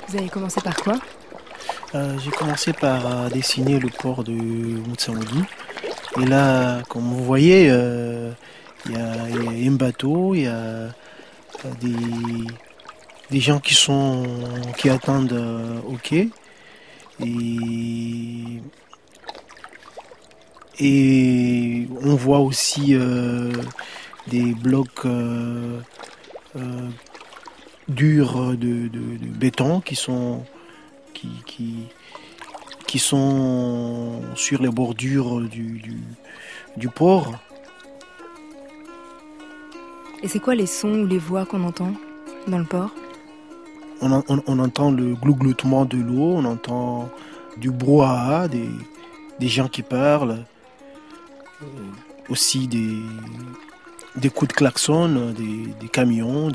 Vous avez commencé par quoi? J'ai commencé par dessiner le port de Moutsaoudi. Et là, comme vous voyez, il y a un bateau, il y a des gens qui attendent au quai. Et on voit aussi des blocs durs de béton qui sont sur les bordures du port. Et c'est quoi les sons ou les voix qu'on entend dans le port? On entend le glougloutement de l'eau, on entend du brouhaha, des gens qui parlent, aussi des coups de klaxon, des camions,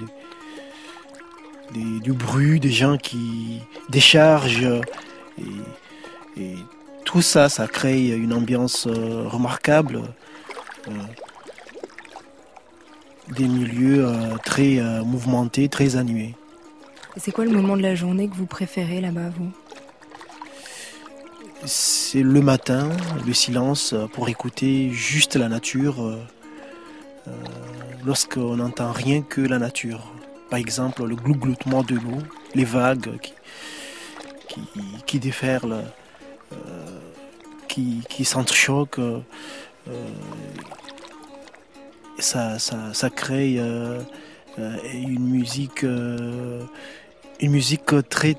du bruit, des gens qui déchargent. Et tout ça, ça crée une ambiance remarquable, des milieux très mouvementés, très animés. Et c'est quoi le moment de la journée que vous préférez là-bas, vous? C'est le matin, le silence, pour écouter juste la nature, lorsqu'on n'entend rien que la nature. Par exemple, le glougloutement de l'eau, les vagues qui déferlent, qui s'entrechoquent. Ça crée une musique très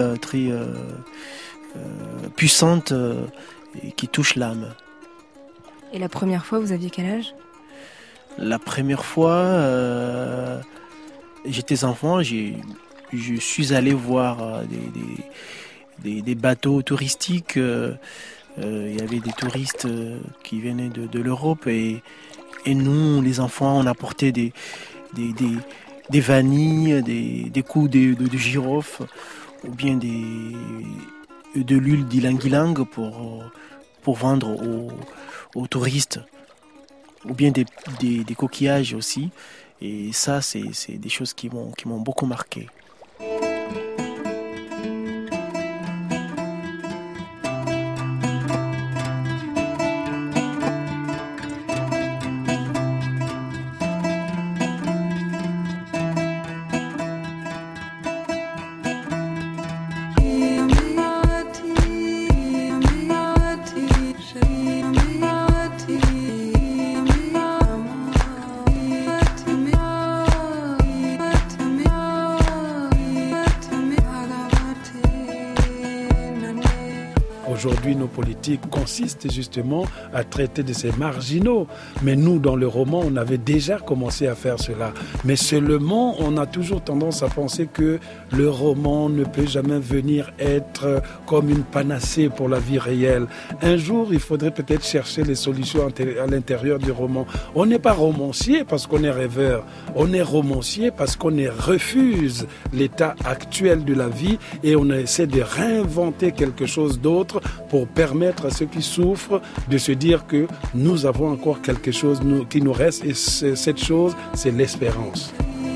puissante et qui touche l'âme. Et la première fois, vous aviez quel âge? La première fois, j'étais enfant, je suis allé voir des bateaux touristiques. Il y avait des touristes qui venaient de l'Europe et nous, les enfants, on apportait des vanilles, des coups de girofle ou bien de l'huile d'ylang-ylang pour vendre aux touristes, ou bien des coquillages aussi. Et ça, c'est des choses qui m'ont beaucoup marqué. Aujourd'hui, nos politiques consistent justement à traiter de ces marginaux. Mais nous, dans le roman, on avait déjà commencé à faire cela. Mais seulement, on a toujours tendance à penser que le roman ne peut jamais venir être comme une panacée pour la vie réelle. Un jour, il faudrait peut-être chercher les solutions à l'intérieur du roman. On n'est pas romancier parce qu'on est rêveur. On est romancier parce qu'on refuse l'état actuel de la vie et on essaie de réinventer quelque chose d'autre pour permettre à ceux qui souffrent de se dire que nous avons encore quelque chose qui nous reste et cette chose, c'est l'espérance.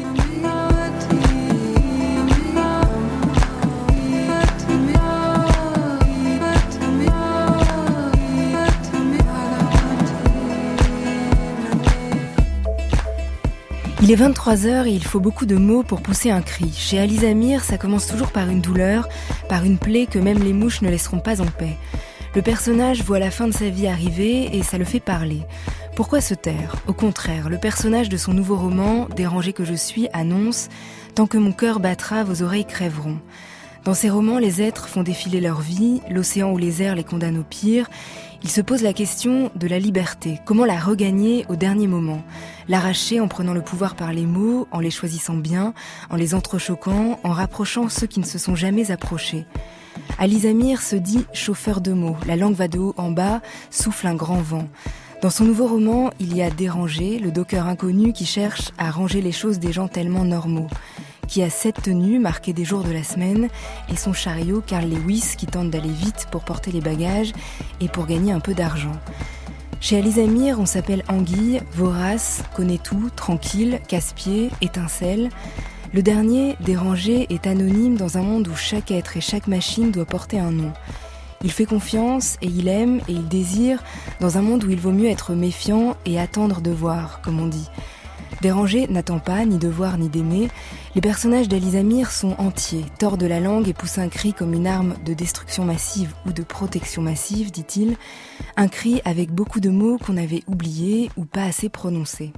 Il est 23h et il faut beaucoup de mots pour pousser un cri. Chez Alice Amir, ça commence toujours par une douleur, par une plaie que même les mouches ne laisseront pas en paix. Le personnage voit la fin de sa vie arriver et ça le fait parler. Pourquoi se taire? Au contraire, le personnage de son nouveau roman, Dérangé que je suis, annonce « Tant que mon cœur battra, vos oreilles crèveront ». Dans ces romans, les êtres font défiler leur vie, l'océan ou les airs les condamnent au pire. Il se pose la question de la liberté. Comment la regagner au dernier moment? L'arracher en prenant le pouvoir par les mots, en les choisissant bien, en les entrechoquant, en rapprochant ceux qui ne se sont jamais approchés. Alice Amir se dit chauffeur de mots. La langue va de haut en bas, souffle un grand vent. Dans son nouveau roman, il y a Dérangé, le docker inconnu qui cherche à ranger les choses des gens tellement normaux, qui a 7 tenues marquées des jours de la semaine et son chariot Carl Lewis qui tente d'aller vite pour porter les bagages et pour gagner un peu d'argent. Chez Alice Amir, on s'appelle Anguille, vorace, connaît tout, tranquille, casse-pied, étincelle. Le dernier, Dérangé, est anonyme dans un monde où chaque être et chaque machine doit porter un nom. Il fait confiance et il aime et il désire dans un monde où il vaut mieux être méfiant et attendre de voir, comme on dit. Dérangé n'attend pas ni de voir ni d'aimer. Les personnages d'Ali Zamir sont entiers, tordent de la langue et poussent un cri comme une arme de destruction massive ou de protection massive, dit-il. Un cri avec beaucoup de mots qu'on avait oubliés ou pas assez prononcés.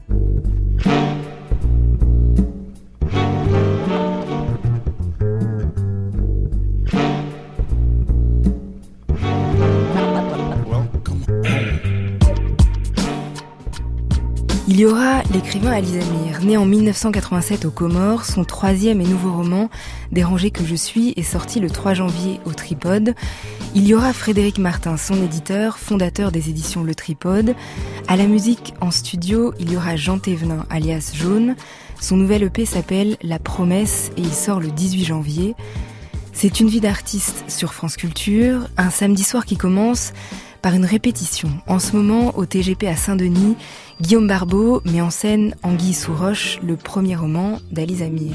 Il y aura l'écrivain Ali Zamir, né en 1987 aux Comores. Son troisième et nouveau roman, Dérangé que je suis, est sorti le 3 janvier au Tripode. Il y aura Frédéric Martin, son éditeur, fondateur des éditions Le Tripode. À la musique en studio, il y aura Jean Thévenin, alias Jaune. Son nouvel EP s'appelle La Promesse et il sort le 18 janvier. C'est une vie d'artiste sur France Culture, un samedi soir qui commence par une répétition. En ce moment, au TGP à Saint-Denis, Guillaume Barbeau met en scène Anguille sous roche, le premier roman d'Ali Zamir.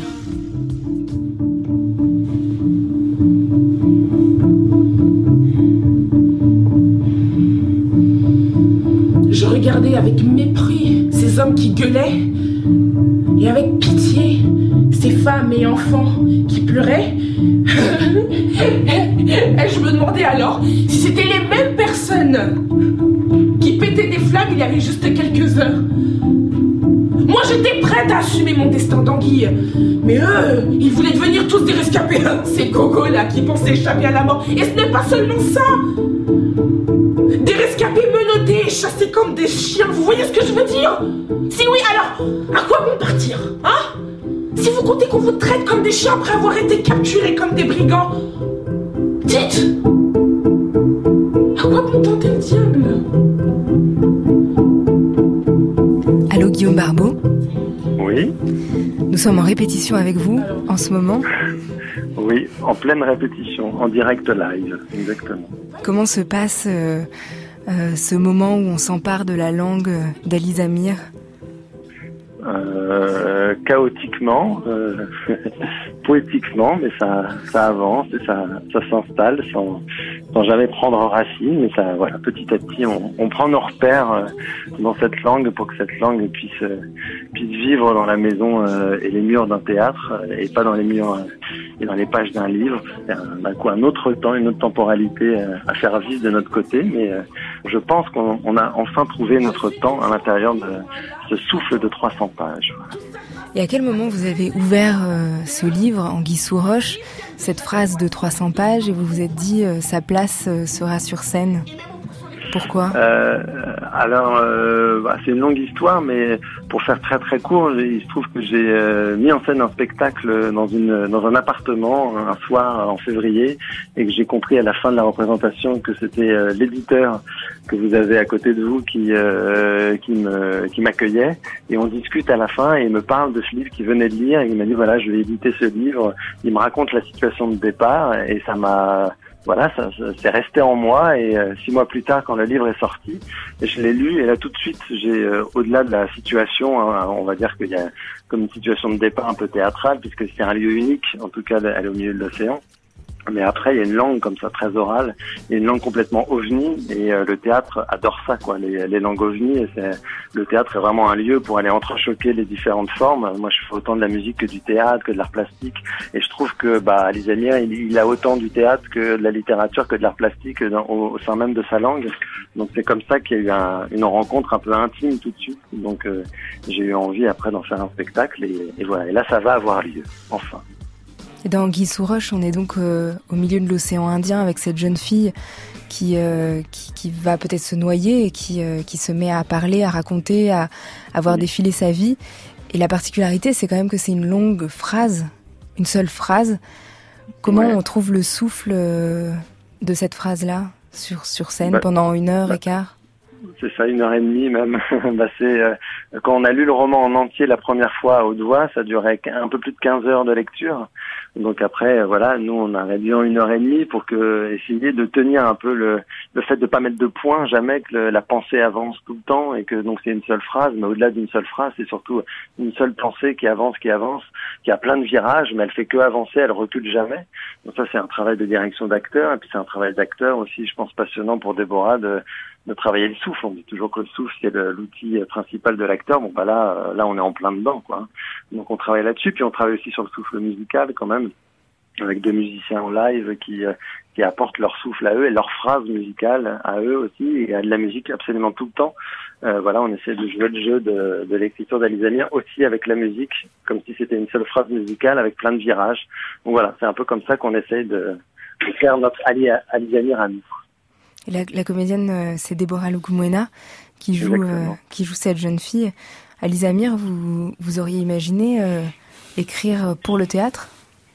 Je regardais avec mépris ces hommes qui gueulaient et avec pitié ces femmes et enfants qui pleuraient. Et je me demandais alors si c'était les mêmes personnes qui pétaient des flammes il y avait juste quelques heures. Moi j'étais prête à assumer mon destin d'anguille, mais eux, ils voulaient devenir tous des rescapés. Ces gogos là qui pensaient échapper à la mort. Et ce n'est pas seulement ça. Des rescapés menottés et chassés comme des chiens, vous voyez ce que je veux dire? Si oui, alors, à quoi bon partir, hein? Si vous comptez qu'on vous traite comme des chiens après avoir été capturés comme des brigands, dites! À quoi bon tenter le diable? Allô, Guillaume Barbeau? Oui. Nous sommes en répétition avec vous en ce moment. Oui, en pleine répétition, en direct live, exactement. Comment se passe ce moment où on s'empare de la langue d'Ali Zamir? Chaotiquement, poétiquement, mais ça avance et ça s'installe sans jamais prendre racine. Mais ça, voilà, petit à petit, on prend nos repères dans cette langue pour que cette langue puisse vivre dans la maison et les murs d'un théâtre et pas dans les murs et dans les pages d'un livre. C'est un autre temps, une autre temporalité à faire vivre de notre côté. Mais je pense qu'on a enfin trouvé notre temps à l'intérieur de ce souffle de 300 pages. Et à quel moment vous avez ouvert ce livre, Anguille sous roche, cette phrase de 300 pages, et vous vous êtes dit sa place sera sur scène? Pourquoi? C'est une longue histoire, mais pour faire très très court, il se trouve que j'ai mis en scène un spectacle dans un appartement un soir en février, et que j'ai compris à la fin de la représentation que c'était l'éditeur que vous avez à côté de vous qui m'accueillait, et on discute à la fin et il me parle de ce livre qu'il venait de lire et il m'a dit voilà, je vais éditer ce livre. Il me raconte la situation de départ et ça c'est resté en moi, et 6 mois plus tard, quand le livre est sorti, je l'ai lu, et là tout de suite, j'ai au-delà de la situation, on va dire qu'il y a comme une situation de départ un peu théâtrale, puisque c'est un lieu unique, en tout cas elle est au milieu de l'océan. Mais après, il y a une langue comme ça très orale, il y a une langue complètement ovni, et le théâtre adore ça, quoi, les langues ovni. Et le théâtre est vraiment un lieu pour aller entrechoquer les différentes formes. Moi, je fais autant de la musique que du théâtre, que de l'art plastique, et je trouve que Ali Zamir, il a autant du théâtre que de la littérature, que de l'art plastique au sein même de sa langue. Donc c'est comme ça qu'il y a eu une rencontre un peu intime tout de suite. Donc j'ai eu envie après d'en faire un spectacle, et voilà. Et là, ça va avoir lieu, enfin. Et dans Anguille sous roche, on est donc au milieu de l'océan Indien avec cette jeune fille qui va peut-être se noyer et qui se met à parler, à raconter, à voir défiler sa vie. Et la particularité, c'est quand même que c'est une longue phrase, une seule phrase. Comment on trouve le souffle de cette phrase-là sur scène pendant 1 heure et quart? C'est ça, 1h30 même. Quand on a lu le roman en entier la première fois à haute voix, ça durait un peu plus de 15 heures de lecture. Donc après, nous on a réduit en 1h30 pour essayer de tenir un peu le fait de pas mettre de points, jamais que la pensée avance tout le temps et que donc c'est une seule phrase, mais au-delà d'une seule phrase, c'est surtout une seule pensée qui avance, qui a plein de virages, mais elle fait que avancer, elle recule jamais. Donc ça c'est un travail de direction d'acteur, et puis c'est un travail d'acteur aussi, je pense, passionnant pour Déborah de travailler le souffle. On dit toujours que le souffle c'est l'outil principal de l'acteur. Bon là on est en plein dedans, quoi. Donc on travaille là-dessus, puis on travaille aussi sur le souffle musical quand même, avec deux musiciens en live qui apportent leur souffle à eux et leurs phrases musicales à eux aussi, et à de la musique absolument tout le temps. On essaie de jouer le jeu de l'écriture d'Alice Amir aussi avec la musique, comme si c'était une seule phrase musicale avec plein de virages. Donc voilà, c'est un peu comme ça qu'on essaye de faire notre Alice Amir à nous. Et la comédienne, c'est Déborah Lukumwena qui joue cette jeune fille. Alice Amir, vous auriez imaginé écrire pour le théâtre ?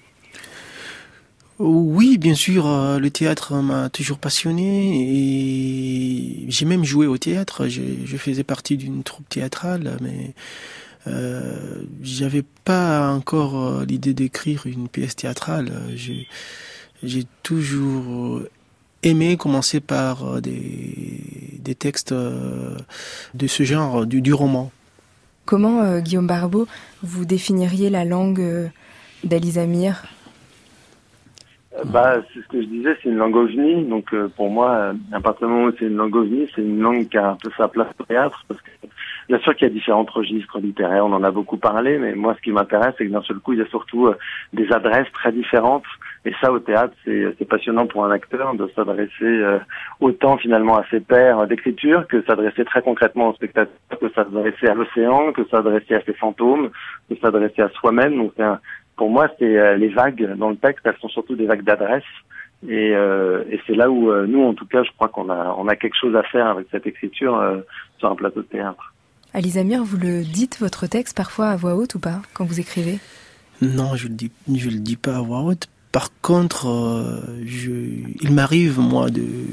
Oui, bien sûr, le théâtre m'a toujours passionné et j'ai même joué au théâtre. Je faisais partie d'une troupe théâtrale, mais j'avais pas encore l'idée d'écrire une pièce théâtrale. J'ai toujours aimé commencer par des textes de ce genre, du roman. Comment, Guillaume Barbeau, vous définiriez la langue d'Alice Amir ? C'est ce que je disais, c'est une langue ovni. Donc pour moi, à partir du moment où c'est une langue ovni, c'est une langue qui a un peu sa place au théâtre. Parce que bien sûr qu'il y a différents registres littéraires, on en a beaucoup parlé, mais moi ce qui m'intéresse, c'est que d'un seul coup, il y a surtout des adresses très différentes. Et ça, au théâtre, c'est passionnant pour un acteur de s'adresser autant finalement à ses pairs d'écriture que s'adresser très concrètement au spectateur, que s'adresser à l'océan, que s'adresser à ses fantômes, que s'adresser à soi-même. Donc pour moi, c'est les vagues dans le texte, elles sont surtout des vagues d'adresse. Et c'est là où nous, en tout cas, je crois qu'on a quelque chose à faire avec cette écriture sur un plateau de théâtre. Alice Amir, vous le dites, votre texte, parfois à voix haute ou pas, quand vous écrivez ? Non, je le dis pas à voix haute. Par contre, il m'arrive, moi,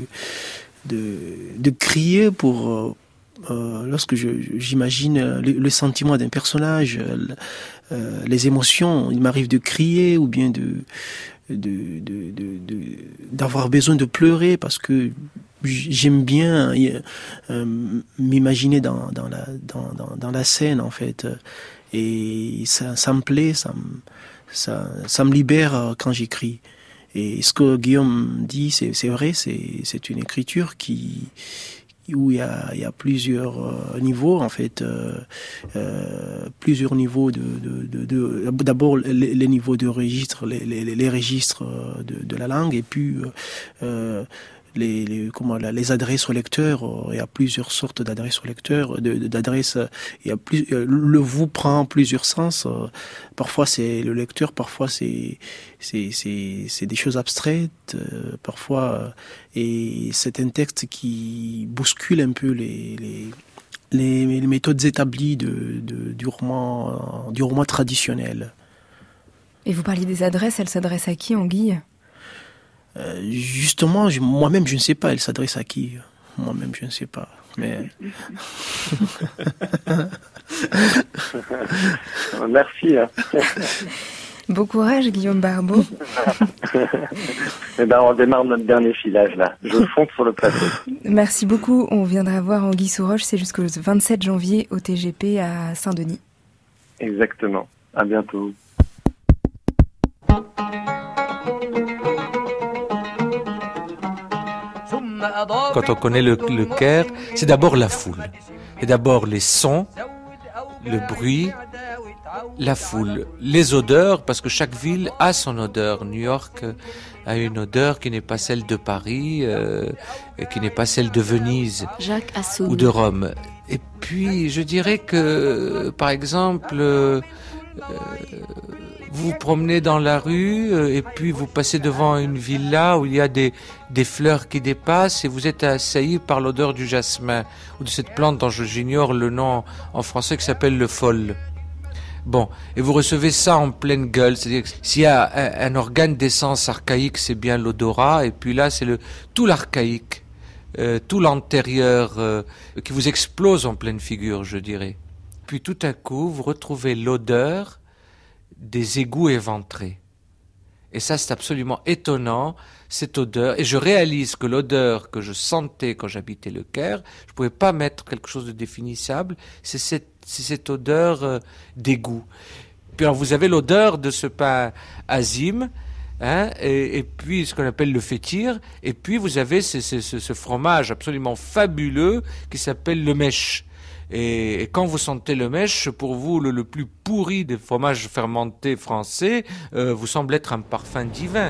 de crier pour... lorsque j'imagine le sentiment d'un personnage, les émotions, il m'arrive de crier ou bien d'avoir besoin de pleurer parce que j'aime bien m'imaginer dans la scène en fait, et ça me plaît, ça me libère quand j'écris. Et ce que Guillaume dit, c'est vrai, c'est une écriture où il y a plusieurs niveaux en fait, plusieurs niveaux d'abord les niveaux de registre, les registres de la langue, et puis les adresses au lecteur. Il y a plusieurs sortes d'adresses au lecteur, d'adresses. Il y a le vous prend plusieurs sens. Parfois c'est le lecteur, parfois c'est des choses abstraites, parfois et c'est un texte qui bouscule un peu les méthodes établies du roman traditionnel. Et vous parliez des adresses, elles s'adressent à qui, Anguille ? Justement, moi-même, je ne sais pas, elle s'adresse à qui. Moi-même, je ne sais pas. Mais... Merci. Bon courage, Guillaume Barbeau. On démarre notre dernier filage, là. Je fonce sur le plateau. Merci beaucoup. On viendra voir Anguille sous roche. C'est jusqu'au 27 janvier au TGP à Saint-Denis. Exactement. À bientôt. Quand on connaît le Caire, c'est d'abord la foule. C'est d'abord les sons, le bruit, la foule, les odeurs, parce que chaque ville a son odeur. New York a une odeur qui n'est pas celle de Paris, qui n'est pas celle de Venise ou de Rome. Et puis, je dirais que, par exemple, vous vous promenez dans la rue et puis vous passez devant une villa où il y a des fleurs qui dépassent et vous êtes assailli par l'odeur du jasmin ou de cette plante dont j'ignore le nom en français qui s'appelle le fol. Bon, et vous recevez ça en pleine gueule, c'est-à-dire que s'il y a un organe d'essence archaïque, c'est bien l'odorat, et puis là c'est tout l'archaïque tout l'antérieur qui vous explose en pleine figure, je dirais. Puis tout à coup, vous retrouvez l'odeur des égouts éventrés. Et ça, c'est absolument étonnant, cette odeur. Et je réalise que l'odeur que je sentais quand j'habitais le Caire, je ne pouvais pas mettre quelque chose de définissable, c'est cette odeur d'égout. Puis alors, vous avez l'odeur de ce pain azim, hein, et puis ce qu'on appelle le fétir, et puis vous avez ce fromage absolument fabuleux qui s'appelle le mèche. Et quand vous sentez le mèche, pour vous le plus pourri des fromages fermentés français, vous semble être un parfum divin.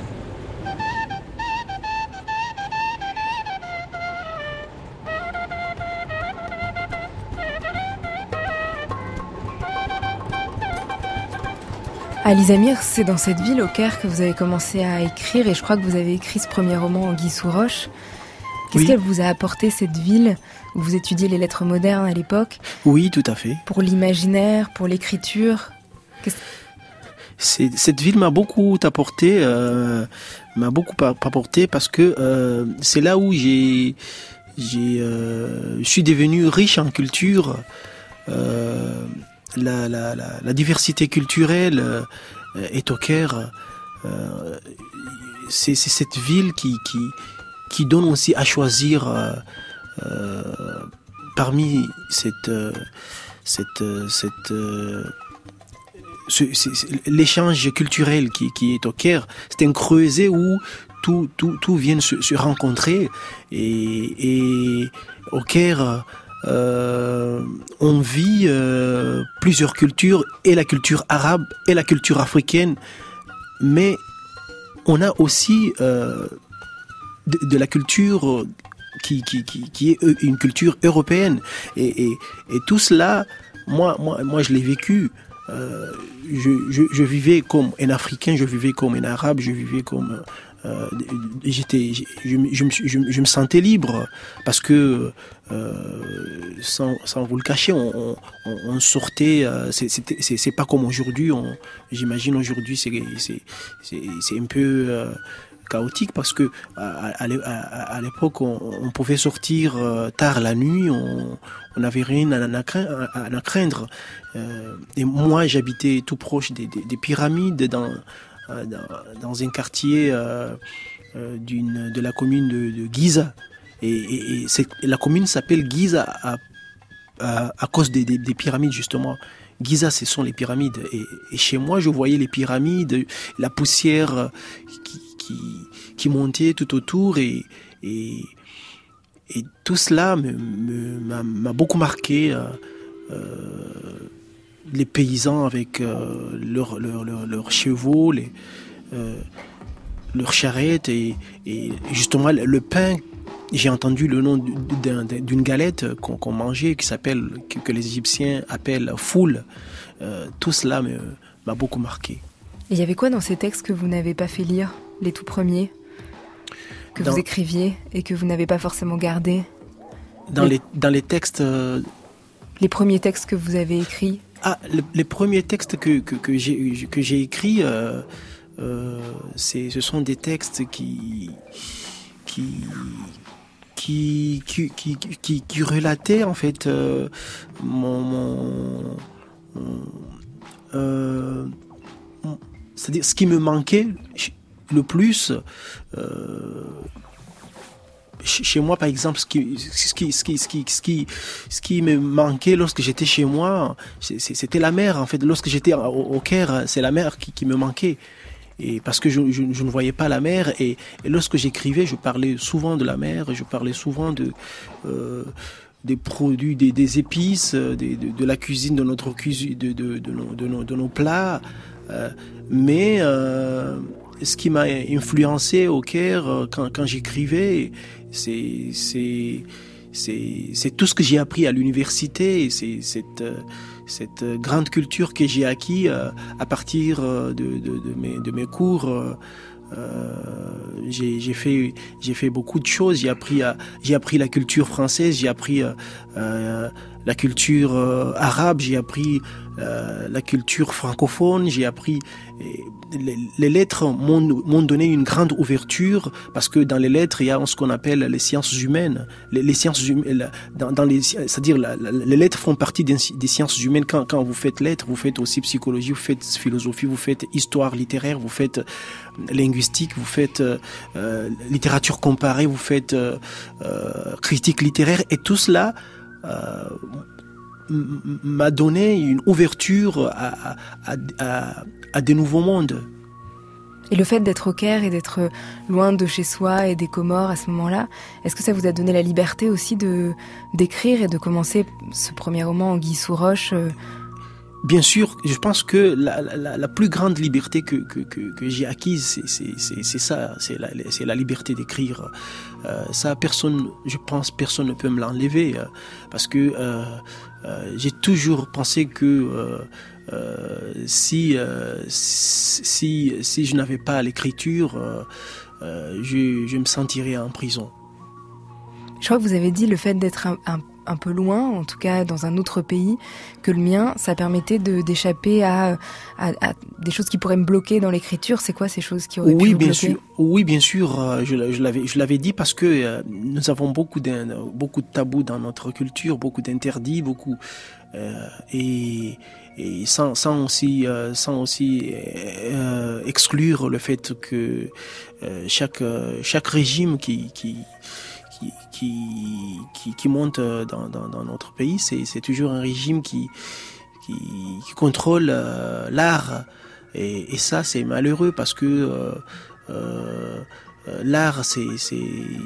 Alice Amir, c'est dans cette ville, au Caire, que vous avez commencé à écrire, et je crois que vous avez écrit ce premier roman en Guy sous roche. Qu'est-ce qu'elle vous a apporté, cette ville, où vous étudiez les lettres modernes à l'époque? Oui, tout à fait. Pour l'imaginaire, pour l'écriture? Cette ville m'a beaucoup apporté, parce que c'est là où je suis devenu riche en culture. La diversité culturelle est au Caire. C'est cette ville qui donne aussi à choisir parmi l'échange culturel qui est au Caire. C'est un creuset où tout vient se rencontrer, et au Caire on vit plusieurs cultures, et la culture arabe et la culture africaine, mais on a aussi de la culture qui est une culture européenne, et tout cela, moi je l'ai vécu. Je vivais comme un Africain, je vivais comme un Arabe, je vivais comme je me sentais libre, parce que sans vous le cacher, on sortait. C'est pas comme aujourd'hui. J'imagine aujourd'hui c'est un peu chaotique, parce que à l'époque on pouvait sortir tard la nuit, on n'avait rien à craindre. Et moi j'habitais tout proche des pyramides, dans un quartier de la commune de Giza, et la commune s'appelle Giza à cause des pyramides, justement. Giza, ce sont les pyramides, et chez moi je voyais les pyramides, la poussière qui montait tout autour, et tout cela m'a beaucoup marqué. Les paysans avec leurs chevaux, leurs charrettes, et justement le pain. J'ai entendu le nom d'une galette qu'on mangeait, que les Égyptiens appellent foule. Tout cela m'a beaucoup marqué. Et il y avait quoi dans ces textes que vous n'avez pas fait lire, les tout premiers, que vous écriviez et que vous n'avez pas forcément gardés? Dans les textes... Les premiers textes que vous avez écrits? Les premiers textes que j'ai écrits, ce sont des textes qui relataient en fait c'est-à-dire ce qui me manquait le plus. Chez moi, par exemple, ce qui me manquait lorsque j'étais chez moi, c'était la mer. En fait, lorsque j'étais au Caire, c'est la mer qui me manquait. Et parce que je ne voyais pas la mer, et lorsque j'écrivais, je parlais souvent de la mer, je parlais souvent des produits, des épices, de la cuisine, de notre cuisine, de nos plats. Mais ce qui m'a influencé au Caire quand j'écrivais, c'est tout ce que j'ai appris à l'université, c'est cette grande culture que j'ai acquis à partir de mes cours. J'ai fait beaucoup de choses. J'ai appris la culture française, j'ai appris la culture arabe, j'ai appris la culture francophone, j'ai appris les lettres m'ont donné une grande ouverture parce que dans les lettres il y a ce qu'on appelle les sciences humaines, les sciences humaines, c'est-à-dire les lettres font partie des sciences humaines. Quand vous faites lettres, vous faites aussi psychologie, vous faites philosophie, vous faites histoire littéraire, vous faites linguistique, vous faites littérature comparée, vous faites critique littéraire, et tout cela m'a donné une ouverture à des nouveaux mondes. Et le fait d'être au Caire et d'être loin de chez soi et des Comores à ce moment-là, est-ce que ça vous a donné la liberté aussi d'écrire et de commencer ce premier roman, Anguille sous roche Bien sûr, je pense que la plus grande liberté que j'ai acquise, c'est ça, c'est la liberté d'écrire. Ça, je pense, personne ne peut me l'enlever, parce que j'ai toujours pensé que si je n'avais pas l'écriture, je me sentirais en prison. Je crois que vous avez dit le fait d'être un peu loin, en tout cas dans un autre pays que le mien, ça permettait d'échapper à des choses qui pourraient me bloquer dans l'écriture. C'est quoi ces choses qui auraient pu vous bloquer ? Oui, bien sûr. Je l'avais dit parce que nous avons beaucoup de tabous dans notre culture, beaucoup d'interdits, et sans aussi exclure le fait que chaque régime qui monte dans notre pays, c'est toujours un régime qui contrôle l'art, et ça c'est malheureux parce que l'art c'est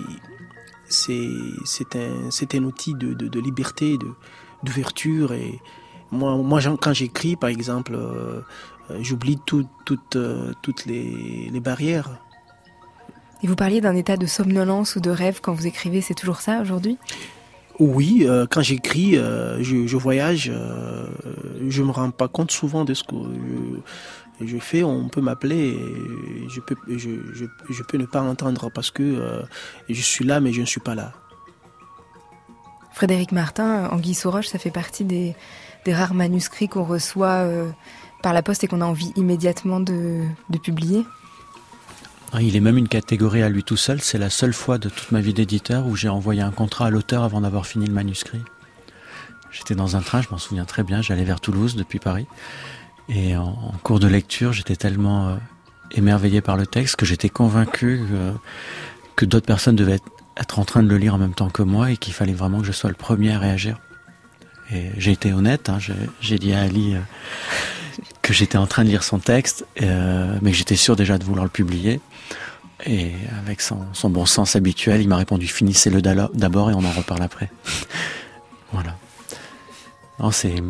un outil de liberté, d'ouverture, et moi quand j'écris par exemple, j'oublie toutes les barrières. Et vous parliez d'un état de somnolence ou de rêve quand vous écrivez, c'est toujours ça aujourd'hui ? Oui, quand j'écris, je voyage, je me rends pas compte souvent de ce que je fais. On peut m'appeler, et je peux ne pas entendre parce que je suis là mais je ne suis pas là. Frédéric Martin, Anguille sous roche, ça fait partie des rares manuscrits qu'on reçoit par la poste et qu'on a envie immédiatement de publier. Il est même une catégorie à lui tout seul. C'est la seule fois de toute ma vie d'éditeur où j'ai envoyé un contrat à l'auteur avant d'avoir fini le manuscrit. J'étais dans un train, je m'en souviens très bien, j'allais vers Toulouse depuis Paris. Et en cours de lecture, j'étais tellement émerveillé par le texte que j'étais convaincu que d'autres personnes devaient être en train de le lire en même temps que moi et qu'il fallait vraiment que je sois le premier à réagir. Et j'ai été honnête, j'ai dit à Ali que j'étais en train de lire son texte, mais que j'étais sûr déjà de vouloir le publier. Et avec son bon sens habituel, il m'a répondu « Finissez-le d'abord et on en reparle après ». Voilà. Non, c'est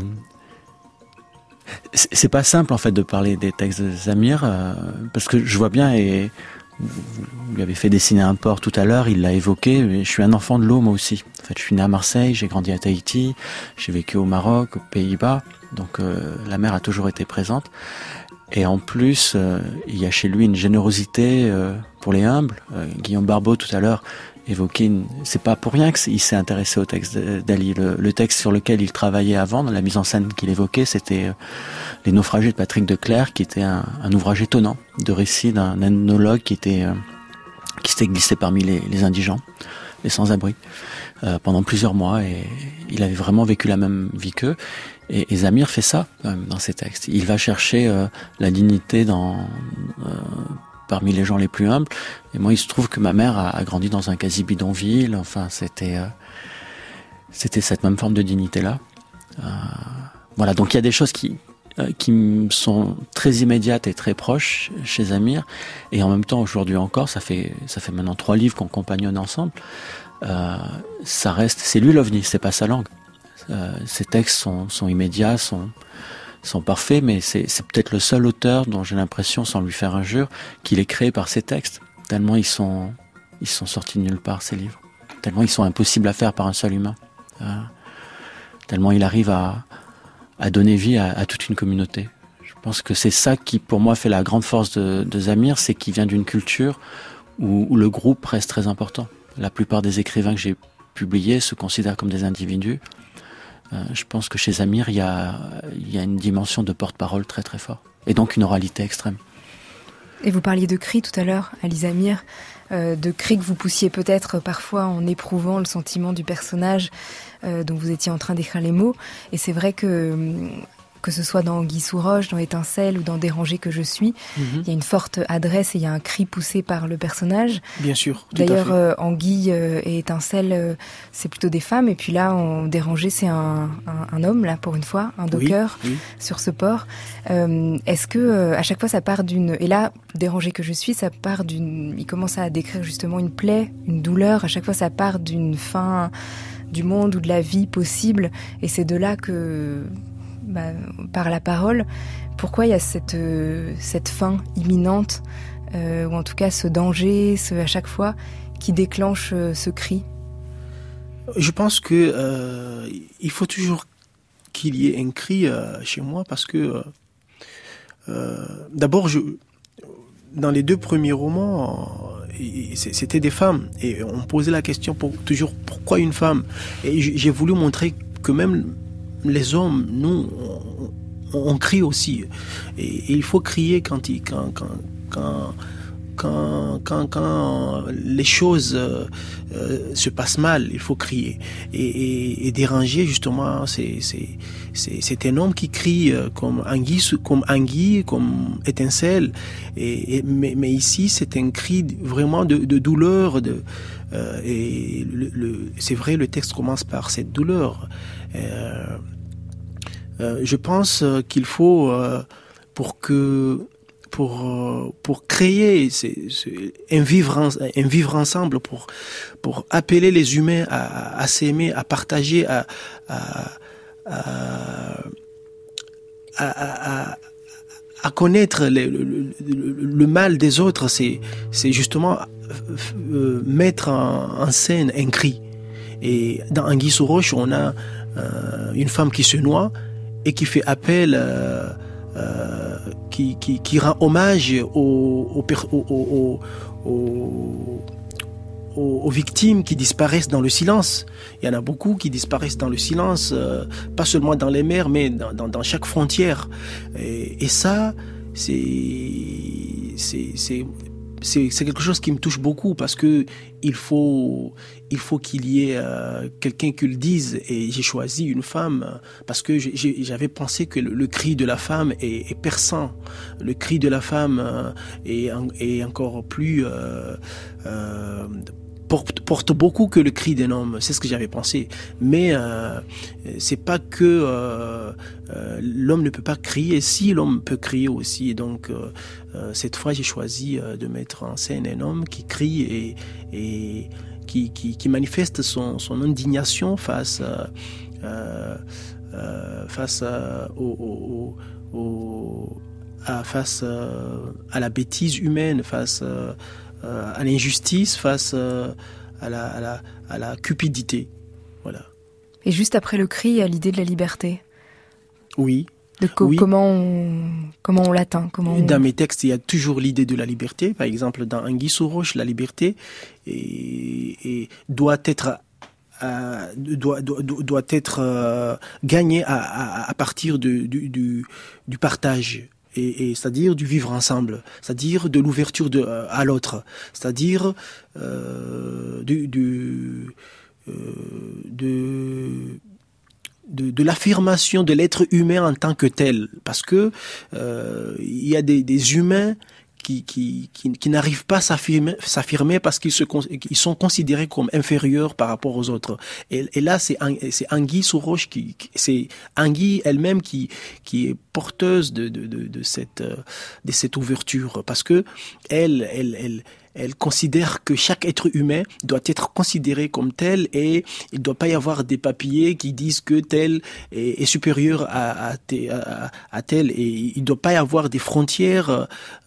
pas simple en fait de parler des textes de Zamir, parce que je vois bien, et vous lui avez fait dessiner un port tout à l'heure, il l'a évoqué, mais je suis un enfant de l'eau moi aussi. En fait, je suis né à Marseille, j'ai grandi à Tahiti, j'ai vécu au Maroc, aux Pays-Bas, donc la mer a toujours été présente. Et en plus, il y a chez lui une générosité pour les humbles. Guillaume Barbeau tout à l'heure évoquait c'est pas pour rien qu'il s'est intéressé au texte d'Ali. Le texte sur lequel il travaillait avant, dans la mise en scène qu'il évoquait, c'était Les Naufragés de Patrick Declercq, qui était un ouvrage étonnant de récit d'un ethnologue qui s'était glissé parmi les indigents, les sans-abri, pendant plusieurs mois, et il avait vraiment vécu la même vie qu'eux. Et Zamir fait ça dans ses textes. Il va chercher la dignité parmi les gens les plus humbles. Et moi, il se trouve que ma mère a grandi dans un quasi-bidonville. Enfin, c'était cette même forme de dignité-là. Voilà, donc il y a des choses qui me sont très immédiates et très proches chez Zamir. Et en même temps, aujourd'hui encore, ça fait maintenant 3 livres qu'on compagnonne ensemble. Ça reste, c'est lui l'ovni, c'est pas sa langue. Ces textes sont immédiats, sont parfaits, mais c'est peut-être le seul auteur dont j'ai l'impression, sans lui faire injure, qu'il est créé par ses textes. Tellement ils sont sortis de nulle part, ces livres. Tellement ils sont impossibles à faire par un seul humain. Tellement il arrive à donner vie à toute une communauté. Je pense que c'est ça qui, pour moi, fait la grande force de Zamir, c'est qu'il vient d'une culture où le groupe reste très important. La plupart des écrivains que j'ai publiés se considèrent comme des individus. Je pense que chez Zamir, il y a une dimension de porte-parole très très forte. Et donc une oralité extrême. Et vous parliez de cris tout à l'heure, Ali Zamir, de cris que vous poussiez peut-être parfois en éprouvant le sentiment du personnage dont vous étiez en train d'écrire les mots. Et c'est vrai que ce soit dans Anguille sous roche, dans Étincelle ou dans Dérangé que je suis, il y a une forte adresse et il y a un cri poussé par le personnage. Bien sûr, tout D'ailleurs, à fait. Anguille et Étincelle, c'est plutôt des femmes. Et puis là, en Dérangé, c'est un homme, là, pour une fois, un docker sur ce port. Est-ce que à chaque fois, ça part d'une... Et là, Dérangé que je suis, ça part d'une... Il commence à décrire justement une plaie, une douleur. À chaque fois, ça part d'une fin du monde ou de la vie possible. Et c'est de là que... par la parole, pourquoi il y a cette fin imminente, ou en tout cas ce danger, à chaque fois, qui déclenche ce cri? Je pense que il faut toujours qu'il y ait un cri chez moi, parce que d'abord, dans les 2 premiers romans, c'était des femmes, et on posait la question toujours pourquoi une femme, et j'ai voulu montrer que même les hommes, nous, on crie aussi. Et il faut crier quand les choses se passent mal, il faut crier. Et Déranger, justement, c'est un homme qui crie comme Anguille, comme Étincelle. Mais ici, c'est un cri vraiment de douleur. Et c'est vrai, le texte commence par cette douleur. Je pense qu'il faut pour créer un vivre ensemble, pour appeler les humains à s'aimer, à partager, à connaître le mal des autres, c'est justement mettre en scène un cri. Et dans Anguille sous roche, on a une femme qui se noie et qui fait appel, qui rend hommage aux victimes qui disparaissent dans le silence. Il y en a beaucoup qui disparaissent dans le silence, pas seulement dans les mers, mais dans chaque frontière. Et ça, c'est quelque chose qui me touche beaucoup, parce que il faut qu'il y ait quelqu'un qui le dise, et j'ai choisi une femme parce que j'avais pensé que le cri de la femme est perçant. Le cri de la femme est encore plus porte beaucoup que le cri d'un homme. C'est ce que j'avais pensé. Mais c'est pas que l'homme ne peut pas crier. Si, l'homme peut crier aussi. Et donc cette fois, j'ai choisi de mettre en scène un homme qui crie et qui manifeste son indignation face à la bêtise humaine, face à l'injustice, face à la cupidité. Voilà. Et juste après le cri, il y a l'idée de la liberté. Oui. Oui. Comment on l'atteint, Dans mes textes, il y a toujours l'idée de la liberté. Par exemple, dans Anguille sous roche, la liberté doit être gagnée à partir du partage. Et c'est-à-dire du vivre ensemble, c'est-à-dire de l'ouverture à l'autre, c'est-à-dire de l'affirmation de l'être humain en tant que tel, parce que il y a des humains qui n'arrivent pas à s'affirmer parce qu'ils sont considérés comme inférieurs par rapport aux autres. Et là, c'est Anguille sous roche c'est Anguille elle-même qui est porteuse de cette ouverture, parce que elle considère que chaque être humain doit être considéré comme tel, et il ne doit pas y avoir des papiers qui disent que tel est supérieur à tel, et il ne doit pas y avoir des frontières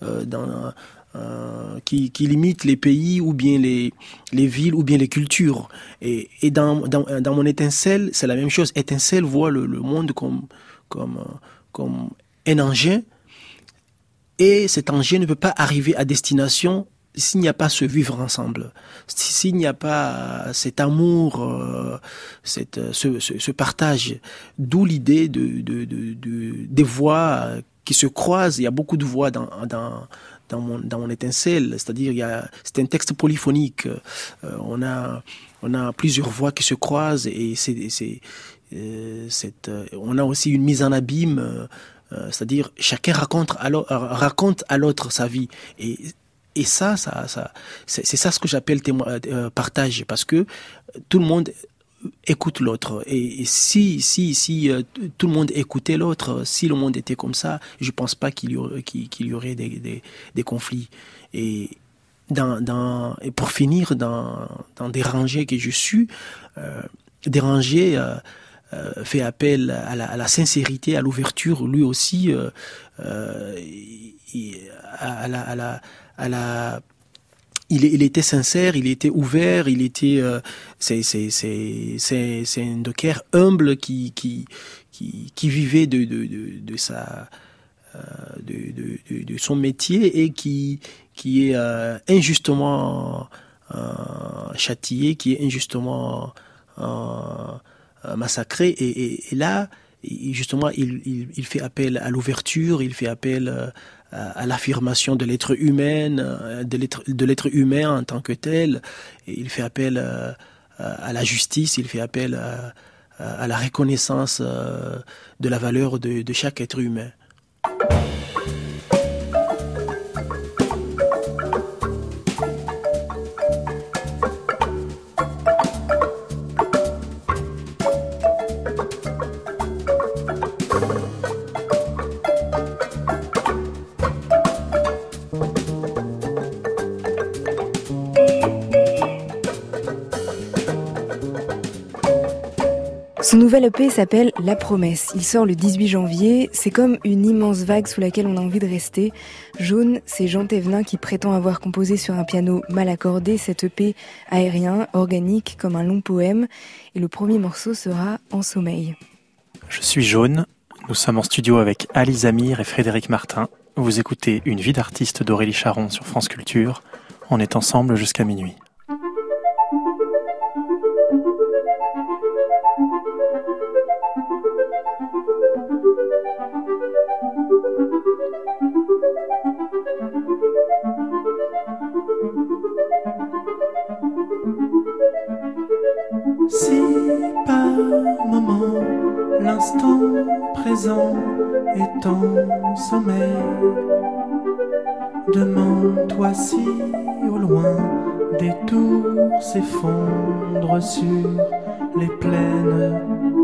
qui limitent les pays ou bien les villes ou bien les cultures. Et dans mon Étincelle, c'est la même chose. Étincelle voit le monde comme un engin, et cet engin ne peut pas arriver à destination s'il n'y a pas ce vivre ensemble, s'il n'y a pas cet amour, ce partage, d'où l'idée des voix qui se croisent. Il y a beaucoup de voix dans mon étincelle, c'est-à-dire c'est un texte polyphonique. On a plusieurs voix qui se croisent et on a aussi une mise en abîme, c'est-à-dire chacun raconte à l'autre sa vie. Et ça, c'est ça ce que j'appelle partage, parce que tout le monde écoute l'autre. Et si tout le monde écoutait l'autre, si le monde était comme ça, je pense pas qu'il y aurait des conflits. Et pour finir, dans Déranger que je suis, Déranger fait appel à la sincérité, à l'ouverture, lui aussi, il était sincère, il était ouvert, il était c'est un docker humble qui vivait de son métier et qui est injustement châtié, qui est injustement massacré, et là justement il fait appel à l'ouverture, il fait appel à l'affirmation de l'être humain, de l'être humain en tant que tel. Et il fait appel à la justice, il fait appel à la reconnaissance de la valeur de chaque être humain. Son nouvel EP s'appelle La Promesse. Il sort le 18 janvier. C'est comme une immense vague sous laquelle on a envie de rester. Jaune, c'est Jean Thévenin qui prétend avoir composé sur un piano mal accordé cet EP aérien, organique, comme un long poème. Et le premier morceau sera En sommeil. Je suis Jaune. Nous sommes en studio avec Alice Amir et Frédéric Martin. Vous écoutez Une vie d'artiste d'Aurélie Charon sur France Culture. On est ensemble jusqu'à minuit. Si par moment l'instant présent est en sommeil, demande-toi si au loin des tours s'effondrent sur les plaines.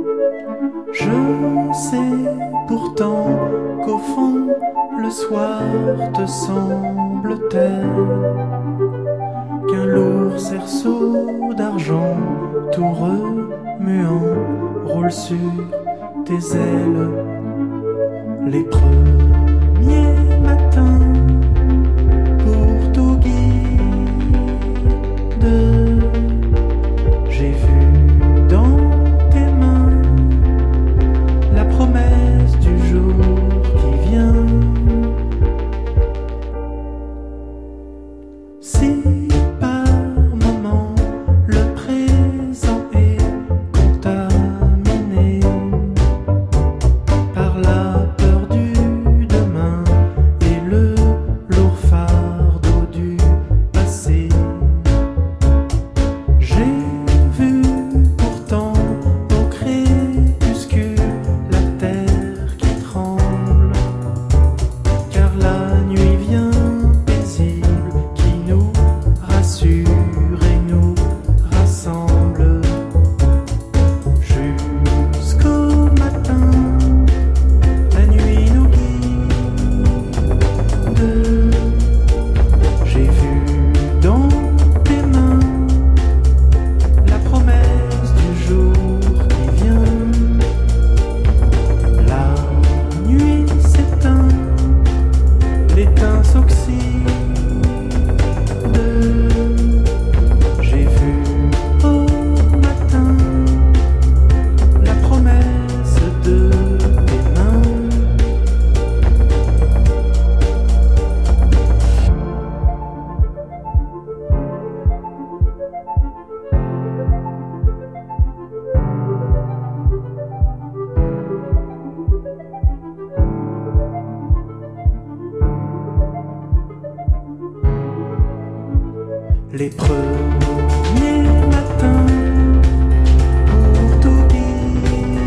Je sais pourtant qu'au fond le soir te semble tel qu'un lourd cerceau d'argent tout remuant roule sur tes ailes. Les premiers matins pour tout guide, j'ai vu dans tes mains la promesse du jour qui vient. Si la peur du les premiers matins pour tout dire.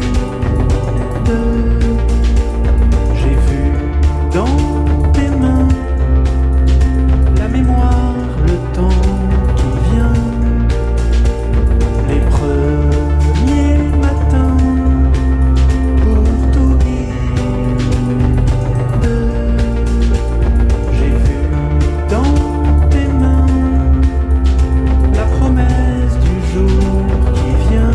J'ai vu dans tes mains la mémoire, le temps qui vient, les premiers matins pour tout dire. J'ai vu dans tes mains la promesse du jour qui vient.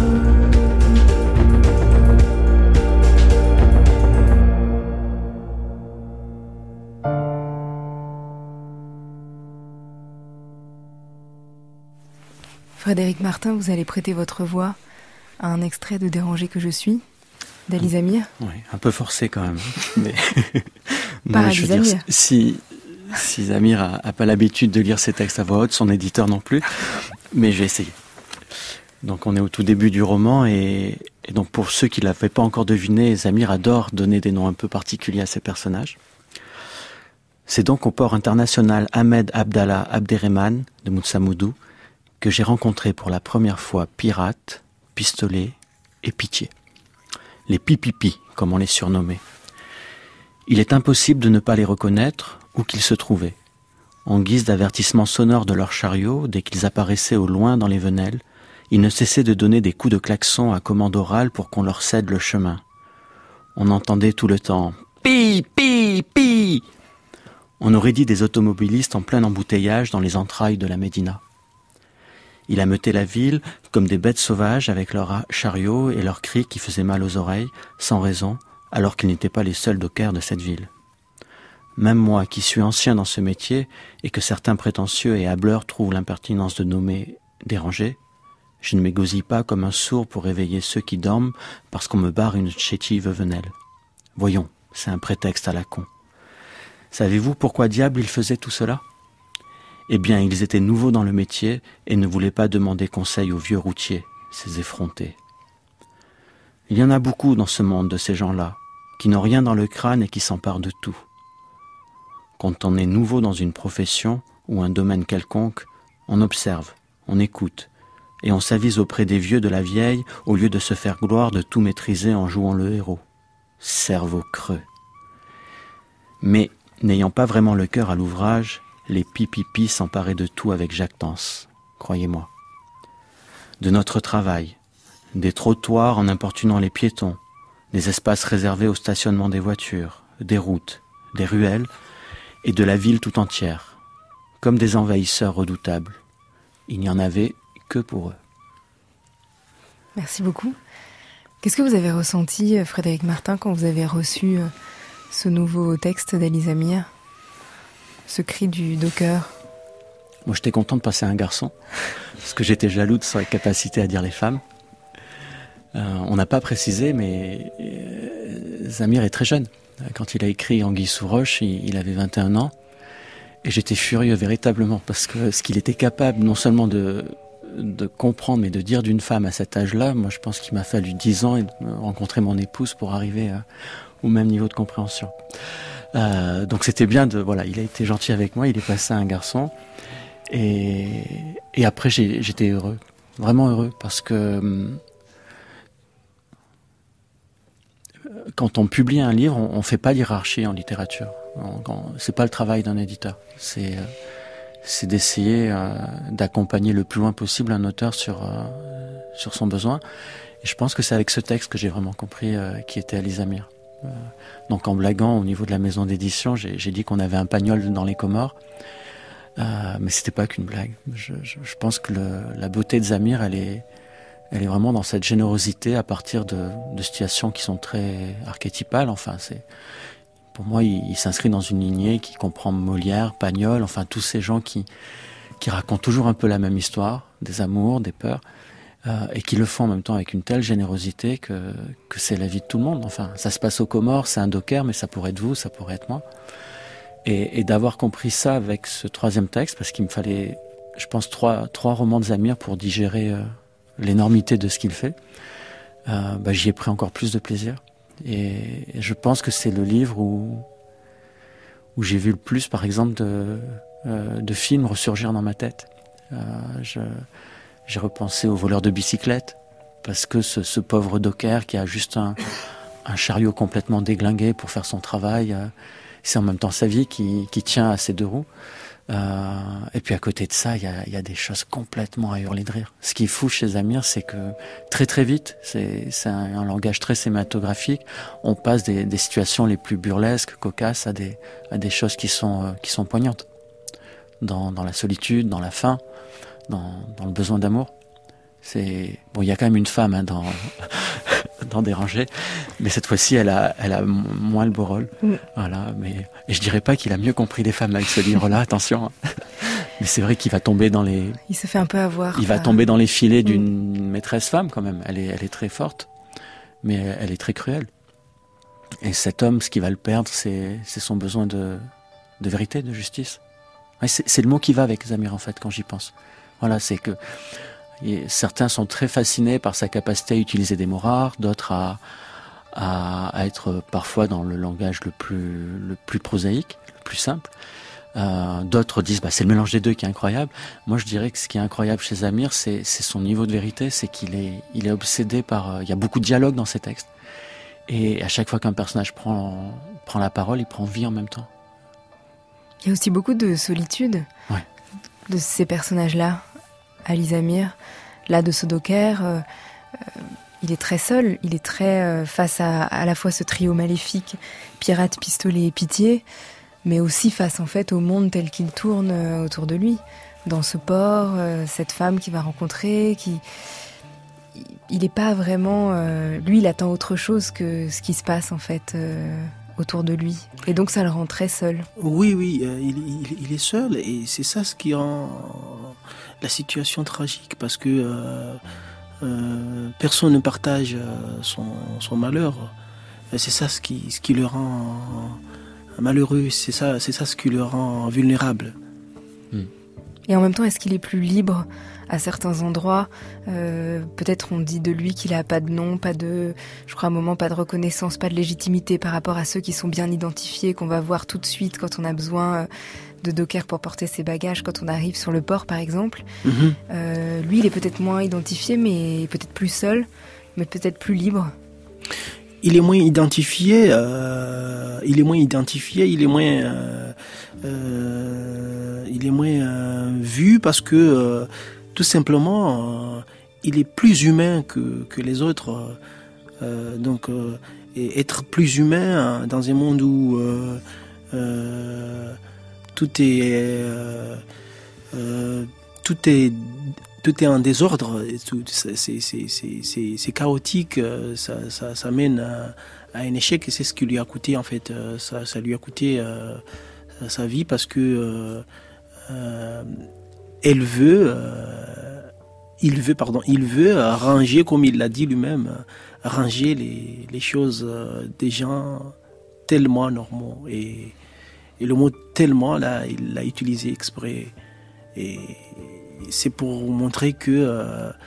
Frédéric Martin, vous allez prêter votre voix à un extrait de Dérangé que je suis, d'Alice Amir. Oui, un peu forcé quand même. Mais Par non, je veux Alice dire, Amir. si Zamir a pas l'habitude de lire ses textes à voix haute, son éditeur non plus, mais je vais essayer. Donc on est au tout début du roman et donc pour ceux qui ne l'avaient pas encore deviné, Zamir adore donner des noms un peu particuliers à ses personnages. C'est donc au port international Ahmed Abdallah Abderrahman de Moutsamoudou que j'ai rencontré pour la première fois Pirate, Pistolet et Pitié. Les Pipipi, comme on les surnommait. Il est impossible de ne pas les reconnaître où qu'ils se trouvaient. En guise d'avertissement sonore de leurs chariots, dès qu'ils apparaissaient au loin dans les venelles, ils ne cessaient de donner des coups de klaxon à commande orale pour qu'on leur cède le chemin. On entendait tout le temps « Pi, pi, pi !» On aurait dit des automobilistes en plein embouteillage dans les entrailles de la Médina. Il ameutait la ville comme des bêtes sauvages avec leurs chariots et leurs cris qui faisaient mal aux oreilles, sans raison, alors qu'ils n'étaient pas les seuls dockers de cette ville. Même moi, qui suis ancien dans ce métier, et que certains prétentieux et hâbleurs trouvent l'impertinence de nommer dérangé, je ne m'égosille pas comme un sourd pour réveiller ceux qui dorment parce qu'on me barre une chétive venelle. Voyons, c'est un prétexte à la con. Savez-vous pourquoi diable ils faisaient tout cela ? Eh bien, ils étaient nouveaux dans le métier et ne voulaient pas demander conseil aux vieux routiers, ces effrontés. Il y en a beaucoup dans ce monde de ces gens-là, qui n'ont rien dans le crâne et qui s'emparent de tout. Quand on est nouveau dans une profession ou un domaine quelconque, on observe, on écoute, et on s'avise auprès des vieux de la vieille au lieu de se faire gloire de tout maîtriser en jouant le héros. Cerveau creux. Mais, n'ayant pas vraiment le cœur à l'ouvrage, les pipipis s'emparaient de tout avec jactance, croyez-moi. De notre travail, des trottoirs en importunant les piétons, des espaces réservés au stationnement des voitures, des routes, des ruelles, et de la ville tout entière, comme des envahisseurs redoutables. Il n'y en avait que pour eux. Merci beaucoup. Qu'est-ce que vous avez ressenti, Frédéric Martin, quand vous avez reçu ce nouveau texte d'Alice Amir ? Ce cri du docker. Moi, j'étais content de passer à un garçon, parce que j'étais jaloux de sa capacité à dire les femmes. On n'a pas précisé, mais Zamir est très jeune. Quand il a écrit Anguille sous roche, il avait 21 ans. Et j'étais furieux, véritablement, parce que ce qu'il était capable, non seulement de comprendre, mais de dire d'une femme à cet âge-là, moi, je pense qu'il m'a fallu 10 ans et de rencontrer mon épouse pour arriver au même niveau de compréhension. Donc c'était bien il a été gentil avec moi, il est passé à un garçon et après j'étais heureux, vraiment heureux, parce que quand on publie un livre, on fait pas l'hiérarchie en littérature. C'est pas le travail d'un éditeur, c'est d'essayer d'accompagner le plus loin possible un auteur sur son besoin. Et je pense que c'est avec ce texte que j'ai vraiment compris qui était Alice Amir. Donc en blaguant au niveau de la maison d'édition, j'ai dit qu'on avait un pagnol dans les Comores, mais c'était pas qu'une blague. Je pense que la beauté de Zamir, elle est vraiment dans cette générosité à partir de situations qui sont très archétypales. Enfin, pour moi, il s'inscrit dans une lignée qui comprend Molière, Pagnol, enfin tous ces gens qui racontent toujours un peu la même histoire, des amours, des peurs. Et qui le font en même temps avec une telle générosité que c'est la vie de tout le monde. Enfin, ça se passe aux Comores, c'est un docker, mais ça pourrait être vous, ça pourrait être moi. Et d'avoir compris ça avec ce troisième texte, parce qu'il me fallait, je pense, trois romans de Zamir pour digérer l'énormité de ce qu'il fait, j'y ai pris encore plus de plaisir. Et je pense que c'est le livre où j'ai vu le plus, par exemple, de films ressurgir dans ma tête. J'ai repensé au voleur de bicyclette, parce que ce pauvre docker qui a juste un chariot complètement déglingué pour faire son travail, c'est en même temps sa vie qui tient à ses deux roues. Et puis à côté de ça, il y a des choses complètement à hurler de rire. Ce qui est fou chez Zamir, c'est que très très vite, c'est un langage très cinématographique. On passe des situations les plus burlesques, cocasses, à des choses qui sont poignantes. Dans la solitude, dans la faim, dans le besoin d'amour. Bon, il y a quand même une femme dans Dérangé, mais cette fois-ci, elle a moins le beau rôle. Voilà, et je dirais pas qu'il a mieux compris les femmes avec ce livre-là, attention. Mais c'est vrai qu'il va tomber dans les... Il se fait un peu avoir. Il va tomber dans les filets d'une maîtresse femme, quand même. Elle est très forte, mais elle est très cruelle. Et cet homme, ce qui va le perdre, c'est son besoin de vérité, de justice. Ouais, c'est le mot qui va avec Zamir, en fait, quand j'y pense. Voilà, c'est que certains sont très fascinés par sa capacité à utiliser des mots rares, d'autres à être parfois dans le langage le plus prosaïque, le plus simple. D'autres disent c'est le mélange des deux qui est incroyable. Moi je dirais que ce qui est incroyable chez Zamir, c'est son niveau de vérité, c'est qu'il est obsédé par... il y a beaucoup de dialogue dans ses textes. Et à chaque fois qu'un personnage prend la parole, il prend vie en même temps. Il y a aussi beaucoup de solitude de ces personnages-là. Ali Zamir, là de ce docker, il est très seul, il est très face à la fois ce trio maléfique, pirate, pistolet et pitié, mais aussi face en fait au monde tel qu'il tourne autour de lui. Dans ce port, cette femme qu'il va rencontrer, il n'est pas vraiment... lui, il attend autre chose que ce qui se passe en fait autour de lui. Et donc ça le rend très seul. Oui, il est seul et c'est ça ce qui rend la situation tragique, parce que personne ne partage son malheur. C'est ça ce qui le rend malheureux, c'est ça ce qui le rend vulnérable. Et en même temps, est-ce qu'il est plus libre à certains endroits? Peut-être on dit de lui qu'il n'a pas de nom, je crois à un moment, pas de reconnaissance, pas de légitimité par rapport à ceux qui sont bien identifiés, qu'on va voir tout de suite quand on a besoin de docker pour porter ses bagages, quand on arrive sur le port par exemple. Lui, il est peut-être moins identifié, mais peut-être plus seul, mais peut-être plus libre. Il est moins identifié, il est moins vu parce que tout simplement il est plus humain que les autres. Et être plus humain dans un monde où tout est en désordre, c'est chaotique, ça mène à un échec, et c'est ce qui lui a coûté en fait, ça lui a coûté sa vie, parce que il veut ranger, comme il l'a dit lui-même, ranger les choses des gens tellement normaux, et le mot tellement là, il l'a utilisé exprès, et c'est pour montrer que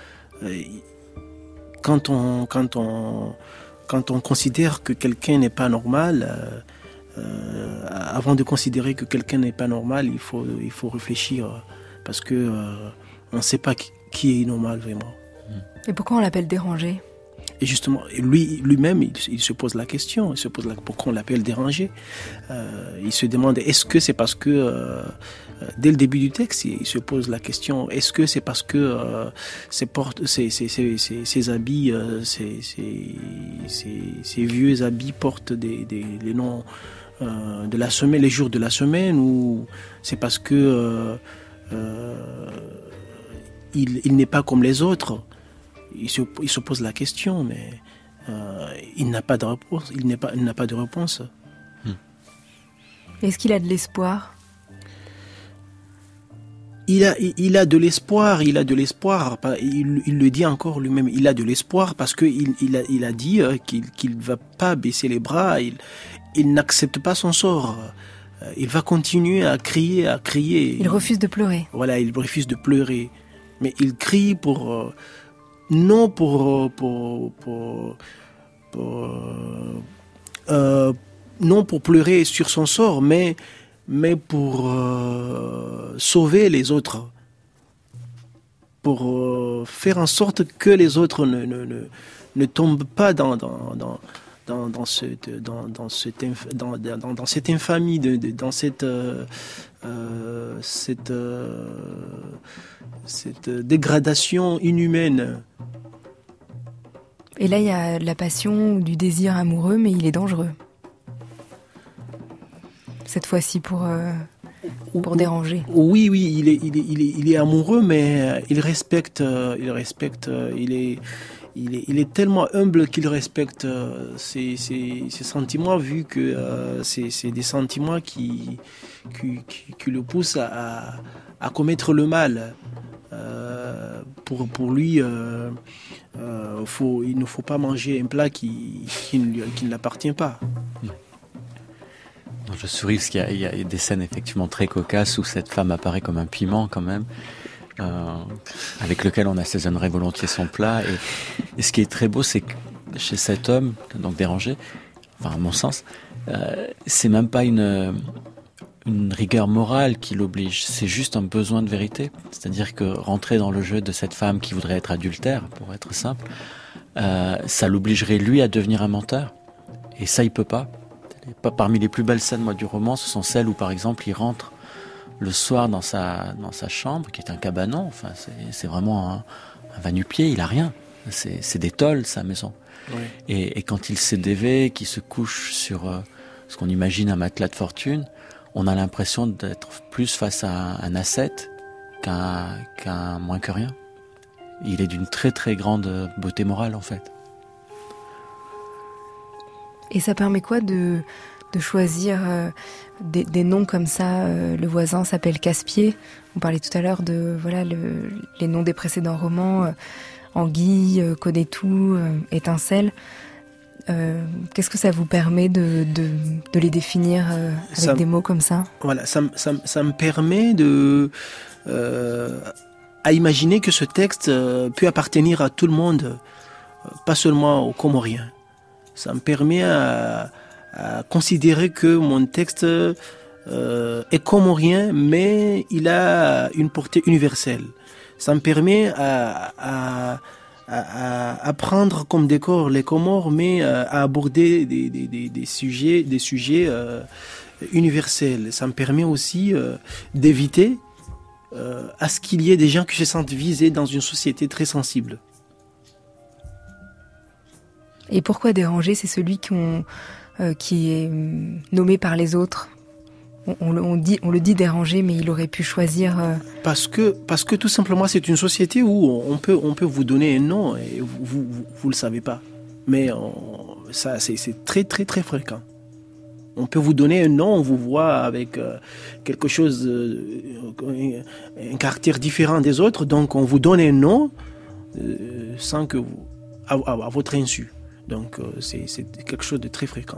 quand on considère que quelqu'un n'est pas normal, avant de considérer que quelqu'un n'est pas normal, il faut réfléchir, parce que on ne sait pas qui est normal vraiment. Et pourquoi on l'appelle dérangé? Et justement, lui-même, il se pose la question, pourquoi on l'appelle dérangé. Il se demande, est-ce que c'est parce que, dès le début du texte, il se pose la question, est-ce que c'est parce que ses habits, ces vieux habits portent les noms de la semaine, les jours de la semaine, ou c'est parce que il n'est pas comme les autres? Il se pose la question, mais il n'a pas de réponse. Il n'a pas de réponse. Est-ce qu'il a de l'espoir? Il a de l'espoir. Il le dit encore lui-même. Il a de l'espoir parce que il a dit qu'il va pas baisser les bras. Il n'accepte pas son sort. Il va continuer à crier. Il refuse de pleurer. Voilà, il refuse de pleurer, mais il crie non pour pleurer sur son sort, mais pour sauver les autres. faire en sorte que les autres ne tombent pas dans cette infamie, dans cette dégradation inhumaine. Et là, il y a de la passion, du désir amoureux, mais il est dangereux. Cette fois-ci pour déranger. Oui, il est amoureux, mais il respecte, il est tellement humble qu'il respecte ses sentiments, vu que c'est des sentiments qui le poussent à commettre le mal. Pour lui, il ne faut pas manger un plat qui ne l'appartient pas. Je souris parce qu'il y a des scènes effectivement très cocasses où cette femme apparaît comme un piment quand même, avec lequel on assaisonnerait volontiers son plat. Et ce qui est très beau, c'est que chez cet homme, donc dérangé, enfin à mon sens, c'est même pas une rigueur morale qui l'oblige, c'est juste un besoin de vérité. C'est-à-dire que rentrer dans le jeu de cette femme qui voudrait être adultère, pour être simple, ça l'obligerait lui à devenir un menteur. Et ça, il peut pas. Parmi les plus belles scènes du roman, ce sont celles où, par exemple, il rentre le soir dans sa chambre, qui est un cabanon. Enfin, c'est vraiment un va-nu-pied. Il a rien. C'est des tôles, sa maison. Oui. Et quand il s'est dévé, qu'il se couche sur ce qu'on imagine un matelas de fortune, on a l'impression d'être plus face à un ascète qu'un moins que rien. Il est d'une très très grande beauté morale, en fait. Et ça permet quoi de choisir des noms comme ça? Le voisin s'appelle Casse-Pied. On parlait tout à l'heure de les noms des précédents romans, Anguille, Connais-tout, Étincelle. Qu'est-ce que ça vous permet de les définir avec des mots comme ça? Voilà, ça me permet à imaginer que ce texte peut appartenir à tout le monde, pas seulement aux Comoriens. Ça me permet à considérer que mon texte est comorien, mais il a une portée universelle. Ça me permet à prendre comme décor les Comores, mais à aborder des sujets universels. Ça me permet aussi d'éviter à ce qu'il y ait des gens qui se sentent visés dans une société très sensible. Et pourquoi déranger? C'est celui qui est nommé par les autres. On le dit dérangé, mais il aurait pu choisir... Parce que tout simplement, c'est une société où on peut vous donner un nom et vous le savez pas. Mais ça, c'est très, très, très fréquent. On peut vous donner un nom, on vous voit avec quelque chose, un caractère différent des autres, donc on vous donne un nom sans que vous... à votre insu. Donc c'est quelque chose de très fréquent.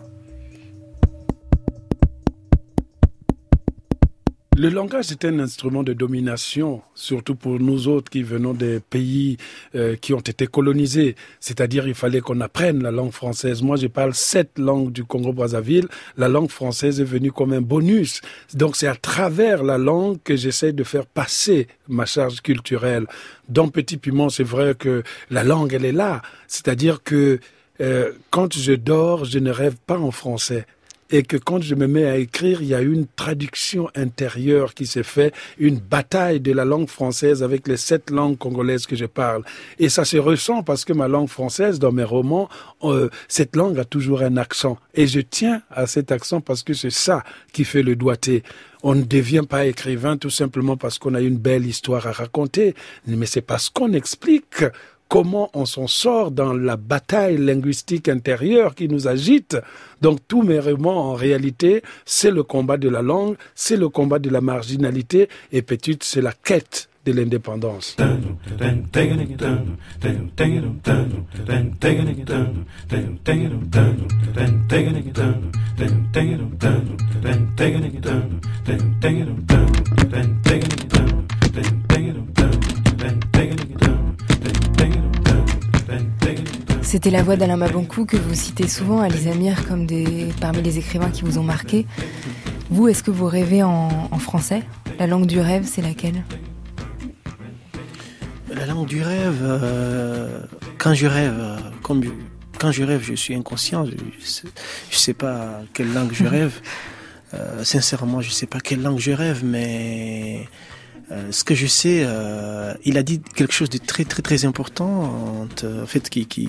Le langage est un instrument de domination, surtout pour nous autres qui venons des pays qui ont été colonisés. C'est-à-dire il fallait qu'on apprenne la langue française. Moi, je parle 7 langues du Congo-Brazzaville. La langue française est venue comme un bonus. Donc c'est à travers la langue que j'essaie de faire passer ma charge culturelle. Dans Petit Piment, c'est vrai que la langue, elle est là. C'est-à-dire que quand je dors, je ne rêve pas en français. Et que quand je me mets à écrire, il y a une traduction intérieure qui s'est faite, une bataille de la langue française avec les 7 langues congolaises que je parle. Et ça se ressent parce que ma langue française, dans mes romans, cette langue a toujours un accent. Et je tiens à cet accent parce que c'est ça qui fait le doigté. On ne devient pas écrivain tout simplement parce qu'on a une belle histoire à raconter, mais c'est parce qu'on explique comment on s'en sort dans la bataille linguistique intérieure qui nous agite. Donc tous mes romans, en réalité, c'est le combat de la langue, c'est le combat de la marginalité, et Petite, c'est la quête de l'indépendance. C'était la voix d'Alain Mabankou que vous citez souvent, Alice Amir, comme parmi les écrivains qui vous ont marqué. Vous, est-ce que vous rêvez en français? La langue du rêve, c'est laquelle? du rêve, quand je rêve, quand je rêve, je suis inconscient. Je sais pas quelle langue je rêve. Sincèrement, je sais pas quelle langue je rêve, mais ce que je sais, il a dit quelque chose de très très très important, en fait, que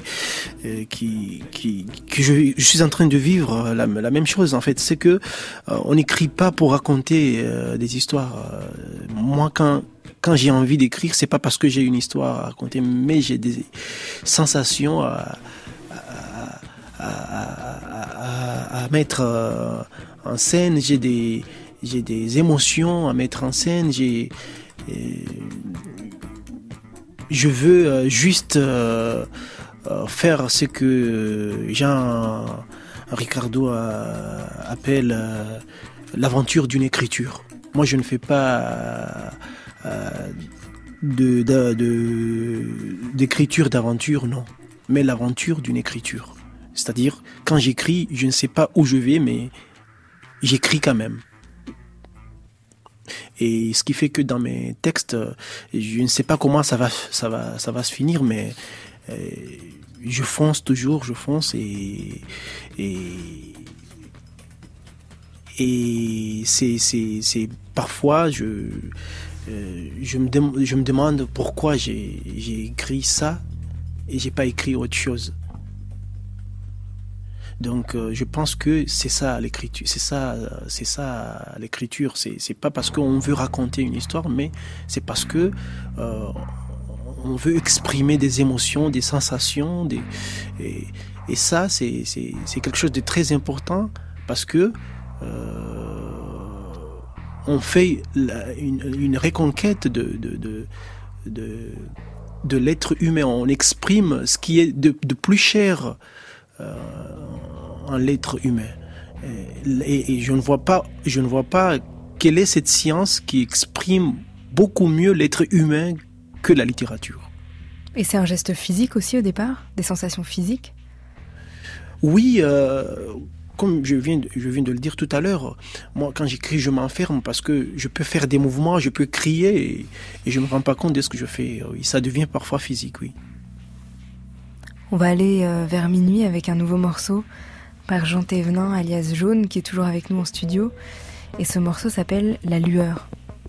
je suis en train de vivre la même chose. En fait, c'est que on n'écrit pas pour raconter des histoires. Moi, quand j'ai envie d'écrire, c'est pas parce que j'ai une histoire à raconter, mais j'ai des sensations à mettre en scène. J'ai des émotions à mettre en scène. Je veux juste faire ce que Jean Ricardo appelle l'aventure d'une écriture. Moi, je ne fais pas d'écriture d'aventure, non, mais l'aventure d'une écriture. C'est-à-dire, quand j'écris, je ne sais pas où je vais, mais j'écris quand même. Et ce qui fait que dans mes textes, je ne sais pas comment ça va se finir, mais je fonce toujours, et c'est parfois je me demande pourquoi j'ai écrit ça et j'ai pas écrit autre chose. Donc je pense que c'est ça l'écriture, l'écriture, c'est pas parce qu'on veut raconter une histoire, mais c'est parce que on veut exprimer des émotions, des sensations, et ça c'est quelque chose de très important, parce que on fait une reconquête de l'être humain. On exprime ce qui est de plus cher en l'être humain. Et je ne vois pas quelle est cette science qui exprime beaucoup mieux l'être humain que la littérature. Et c'est un geste physique aussi au départ, des sensations physiques? Oui, comme je viens de le dire tout à l'heure, moi quand j'écris, je m'enferme parce que je peux faire des mouvements, je peux crier et je ne me rends pas compte de ce que je fais. Oui, ça devient parfois physique, oui. On va aller vers minuit avec un nouveau morceau par Jean Thévenin, alias Jaune, qui est toujours avec nous en studio. Et ce morceau s'appelle La Lueur.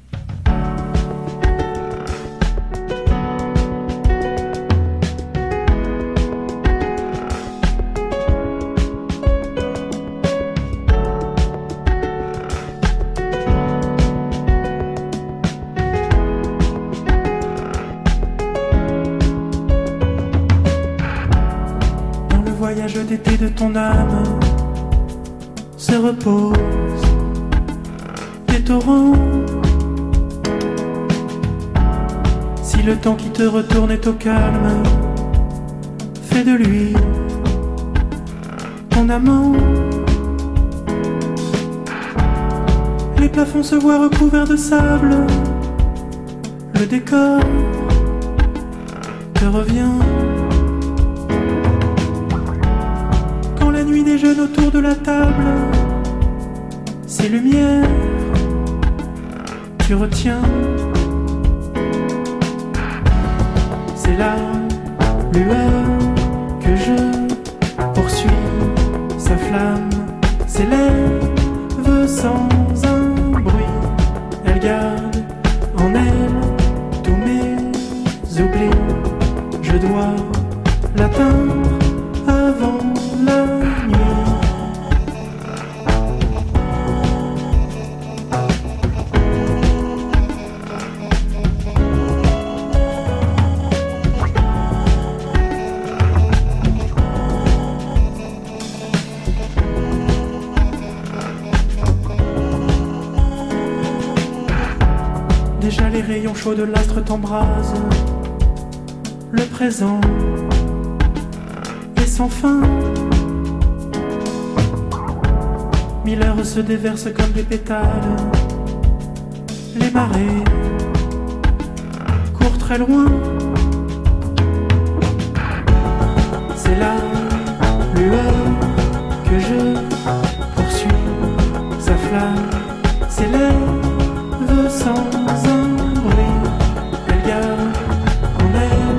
D'été de ton âme se repose des torrents. Si le temps qui te retourne est au calme, fais de lui ton amant. Les plafonds se voient recouverts de sable, le décor te revient. Nuit des jeunes autour de la table, ces lumières, tu retiens. C'est la lueur que je poursuis, sa flamme s'élève sans un bruit. Elle garde en elle tous mes oublis. Je dois l'atteindre avant la nuit. Déjà les rayons chauds de l'astre t'embrasent. Le présent est sans fin. 1000 heures se déversent comme des pétales. Les marées courent très loin. C'est la lueur que je poursuis. Sa flamme s'élève sans un bruit. Elle garde en elle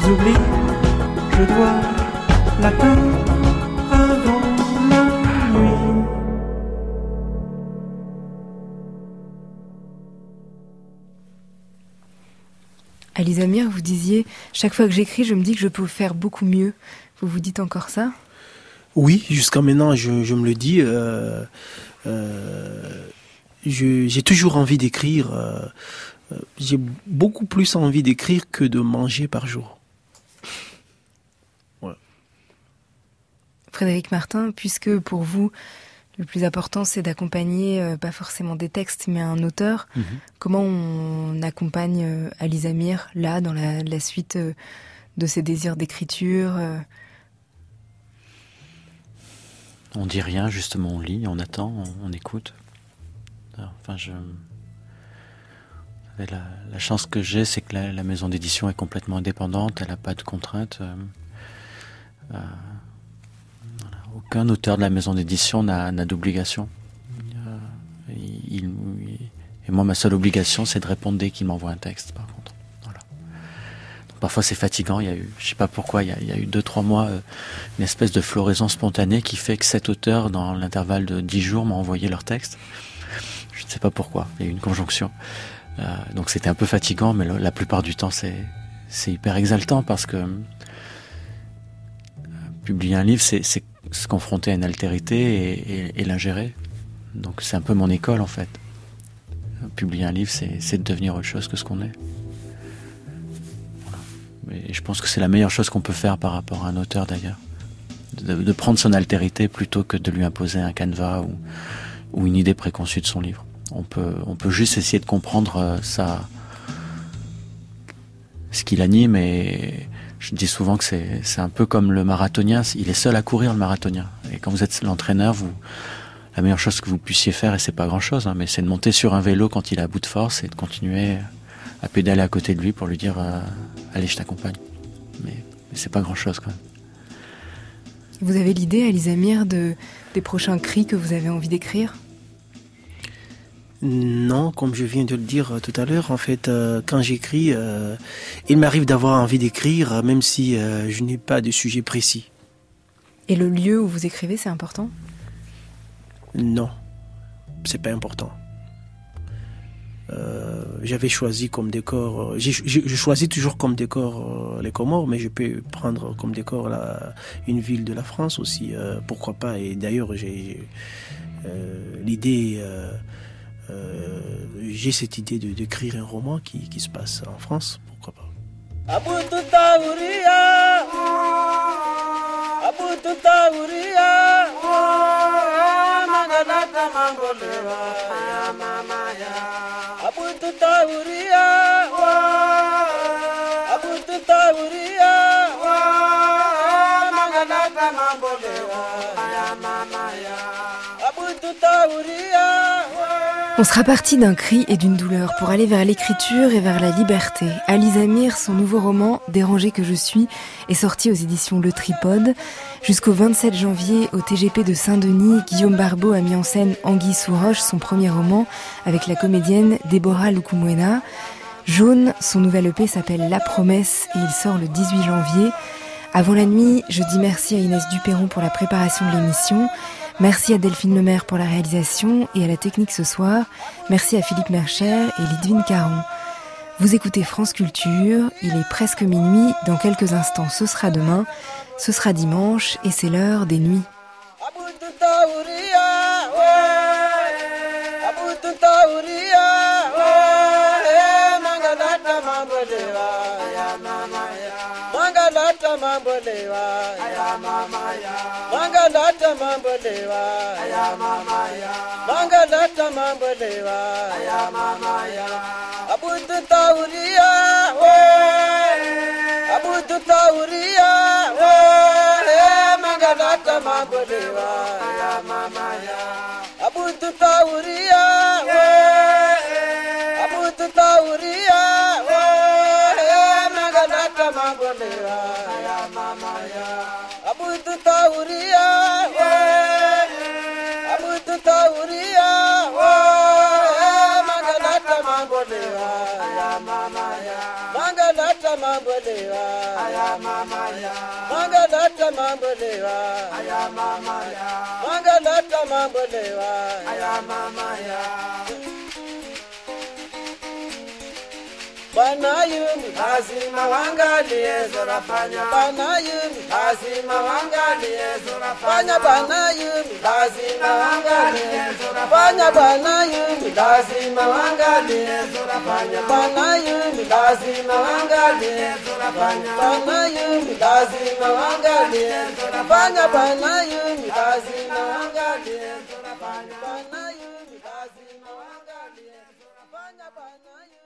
oublis, je dois l'atteindre avant la nuit. Alice Amir, vous disiez, chaque fois que j'écris, je me dis que je peux faire beaucoup mieux. Vous vous dites encore ça ? Oui, jusqu'à maintenant, je me le dis. J'ai toujours envie d'écrire. J'ai beaucoup plus envie d'écrire que de manger par jour. Ouais. Frédéric Martin, puisque pour vous, le plus important, c'est d'accompagner, pas forcément des textes, mais un auteur. Comment on accompagne Alice Amir, là, dans la suite de ses désirs d'écriture On dit rien, justement, on lit, on attend, on écoute. Enfin, la chance que j'ai, c'est que la maison d'édition est complètement indépendante, elle n'a pas de contraintes. Aucun auteur de la maison d'édition n'a d'obligation. Et moi, ma seule obligation, c'est de répondre dès qu'il m'envoie un texte, par contre. Voilà. Donc, parfois, c'est fatigant. Il y a eu, je ne sais pas pourquoi, il y a eu 2-3 mois, une espèce de floraison spontanée qui fait que 7 auteurs, dans l'intervalle de 10 jours, m'ont envoyé leur texte. Je ne sais pas pourquoi. Il y a eu une conjonction. Donc, c'était un peu fatigant, mais la plupart du temps, c'est hyper exaltant parce que publier un livre, c'est se confronter à une altérité et l'ingérer. Donc c'est un peu mon école en fait. Publier un livre, c'est de devenir autre chose que ce qu'on est. Voilà. Et je pense que c'est la meilleure chose qu'on peut faire par rapport à un auteur d'ailleurs. De prendre son altérité plutôt que de lui imposer un canevas ou une idée préconçue de son livre. On peut juste essayer de comprendre ce qui l'anime et je dis souvent que c'est un peu comme le marathonien, il est seul à courir le marathonien. Et quand vous êtes l'entraîneur, la meilleure chose que vous puissiez faire, et c'est pas grand chose, mais c'est de monter sur un vélo quand il est à bout de force et de continuer à pédaler à côté de lui pour lui dire allez, je t'accompagne. Mais c'est pas grand chose quand même. Vous avez l'idée, Alice Amir, des prochains cris que vous avez envie d'écrire ? Non, comme je viens de le dire tout à l'heure, en fait, quand j'écris, il m'arrive d'avoir envie d'écrire, même si je n'ai pas de sujet précis. Et le lieu où vous écrivez, c'est important ? Non, c'est pas important. J'avais choisi comme décor, je choisis toujours comme décor les Comores, mais je peux prendre comme décor une ville de la France aussi, pourquoi pas. Et d'ailleurs, j'ai l'idée... j'ai cette idée d'écrire un roman qui se passe en France, pourquoi pas. On sera parti d'un cri et d'une douleur pour aller vers l'écriture et vers la liberté. Alice Amir, son nouveau roman, Dérangée que je suis, est sorti aux éditions Le Tripode. Jusqu'au 27 janvier, au TGP de Saint-Denis, Guillaume Barbeau a mis en scène Anguille sous roche, son premier roman, avec la comédienne Déborah Lukumwena. Jaune, son nouvel EP s'appelle La Promesse et il sort le 18 janvier. Avant la nuit, je dis merci à Inès Duperron pour la préparation de l'émission. Merci à Delphine Lemaire pour la réalisation et à la technique ce soir. Merci à Philippe Mercher et Lidwine Caron. Vous écoutez France Culture, il est presque minuit, dans quelques instants ce sera demain, ce sera dimanche et c'est l'heure des nuits. Mangalata mambolewa ya mama ya Mangalata mambolewa ya mama ya Abudu tauria we Abudu tauria we Mangalata mambolewa ya mama ya Abudu tauria we Abudu tauria we Mangalata mambolewa ya mama ya Abudu tauria we Abudu tauria we Mangalata mambolewa ya mama ya Mangalata mambolewa ya Mangalata mambolewa, Mangalata mambolewa, Banayumi lazima wangalie zorafanya, Banayumi lazima wangalie zorafanya, Banayumi lazima wangalie zorafanya, Banayumi lazima wangalie zorafanya, Banayumi lazima wangalie zorafanya, Banayumi lazima wangalie zorafanya, Banayumi lazima wangalie zorafanya, Banayumi lazima wangalie zorafanya, Banayumi